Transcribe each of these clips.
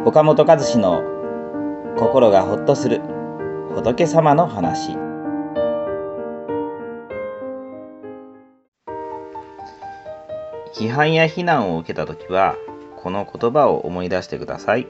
岡本和志の心がほっとする仏様の話。批判や非難を受けたときは、この言葉を思い出してください。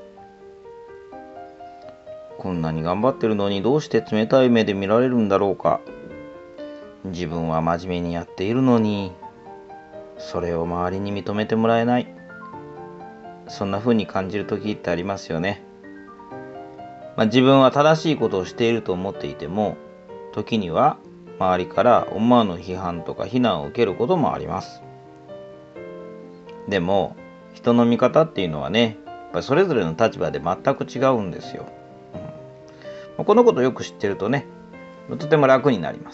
こんなに頑張ってるのにどうして冷たい目で見られるんだろうか。自分は真面目にやっているのに、それを周りに認めてもらえない。そんな風に感じる時ってありますよね。自分は正しいことをしていると思っていても、時には周りから思わぬ批判とか非難を受けることもあります。でも、人の見方っていうのはね、やっぱりそれぞれの立場で全く違うんですよ。このことをよく知ってるとね、とても楽になります。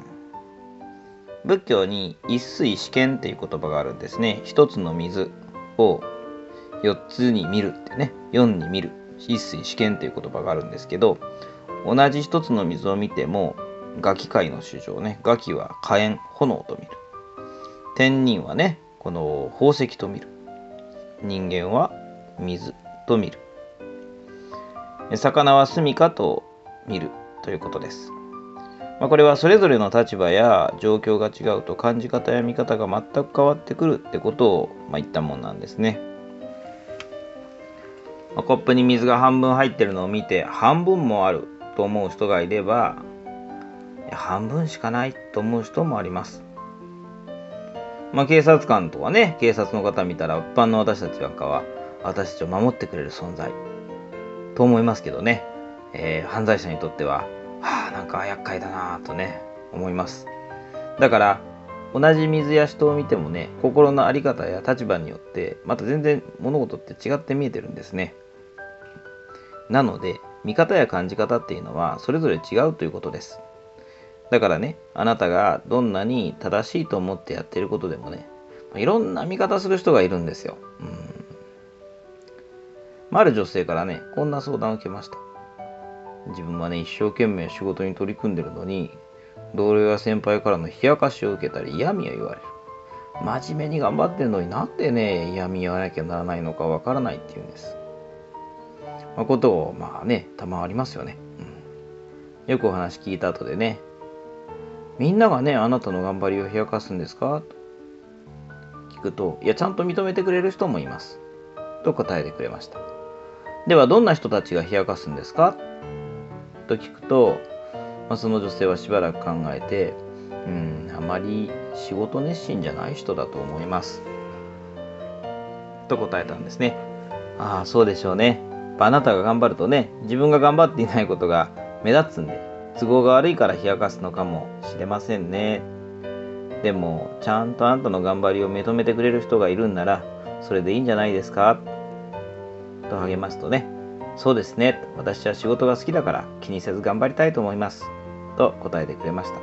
仏教に一水四見っていう言葉があるんですね。一つの水を四つに見るってね、四に見る、一水四見っていう言葉があるんですけど、同じ一つの水を見ても、餓鬼界の主張ね、餓鬼は火炎、炎と見る。天人はね、この宝石と見る。人間は水と見る。魚は住処と見るということです。これはそれぞれの立場や状況が違うと感じ方や見方が全く変わってくるってことを言ったもんなんですね。コップに水が半分入ってるのを見て半分もあると思う人がいれば、半分しかないと思う人もあります。警察官とかね、警察の方見たら一般の私たちなんかは私たちを守ってくれる存在と思いますけどね、犯罪者にとってはなんか厄介だなとね思います。だから同じ水や人を見てもね、心の在り方や立場によってまた全然物事って違って見えてるんですね。なので見方や感じ方っていうのはそれぞれ違うということです。だからね、あなたがどんなに正しいと思ってやっていることでもね、いろんな見方する人がいるんですよ。ある女性からね、こんな相談を受けました。自分はね、一生懸命仕事に取り組んでるのに、同僚や先輩からの冷やかしを受けたり嫌味を言われる。真面目に頑張ってるのになんでね、嫌味言わなきゃならないのかわからないっていうんです。ことをたまありますよね。よくお話聞いた後でね、みんながね、あなたの頑張りを冷やかすんですかと聞くと、いや、ちゃんと認めてくれる人もいますと答えてくれました。ではどんな人たちが冷やかすんですかと聞くと、その女性はしばらく考えて、あまり仕事熱心じゃない人だと思いますと答えたんですね。そうでしょうね。あなたが頑張るとね、自分が頑張っていないことが目立つんで、都合が悪いから冷やかすのかもしれませんね。でもちゃんとあなたの頑張りを認めてくれる人がいるんなら、それでいいんじゃないですかと励ますとね、そうですね、私は仕事が好きだから気にせず頑張りたいと思いますと答えてくれました。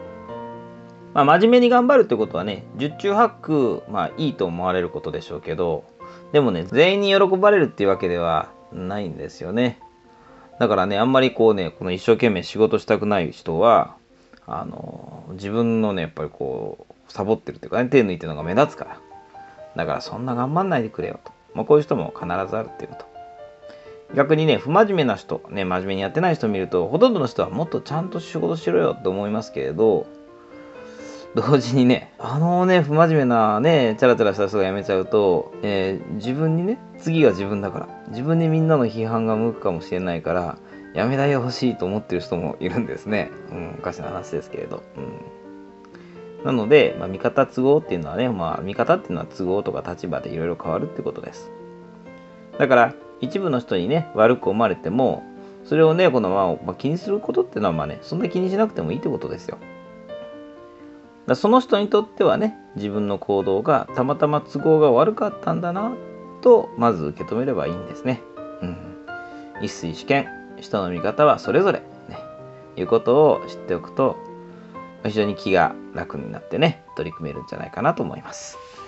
真面目に頑張るってことはね、十中八九いいと思われることでしょうけど、でもね、全員に喜ばれるっていうわけではないんですよね。だからね、あんまりこの一生懸命仕事したくない人は自分のね、やっぱりサボってるっていうかね、手抜いてるのが目立つから、だからそんな頑張んないでくれよと、こういう人も必ずあるっていうこと。逆にね、不真面目な人ね、真面目にやってない人を見ると、ほとんどの人はもっとちゃんと仕事しろよって思いますけれど、同時にね、不真面目なね、チャラチャラした人が辞めちゃうと、自分にね、次が自分だから、自分にみんなの批判が向くかもしれないから、辞めないでほしいと思ってる人もいるんですね。おかしな話ですけれど。なので、見方都合っていうのはね、見方っていうのは都合とか立場でいろいろ変わるってことです。だから、一部の人にね、悪く思われても、それをね、気にすることっていうのはそんな気にしなくてもいいってことですよ。その人にとってはね、自分の行動がたまたま都合が悪かったんだなとまず受け止めればいいんですね。一水四見、人の見方はそれぞれね、いうことを知っておくと非常に気が楽になってね、取り組めるんじゃないかなと思います。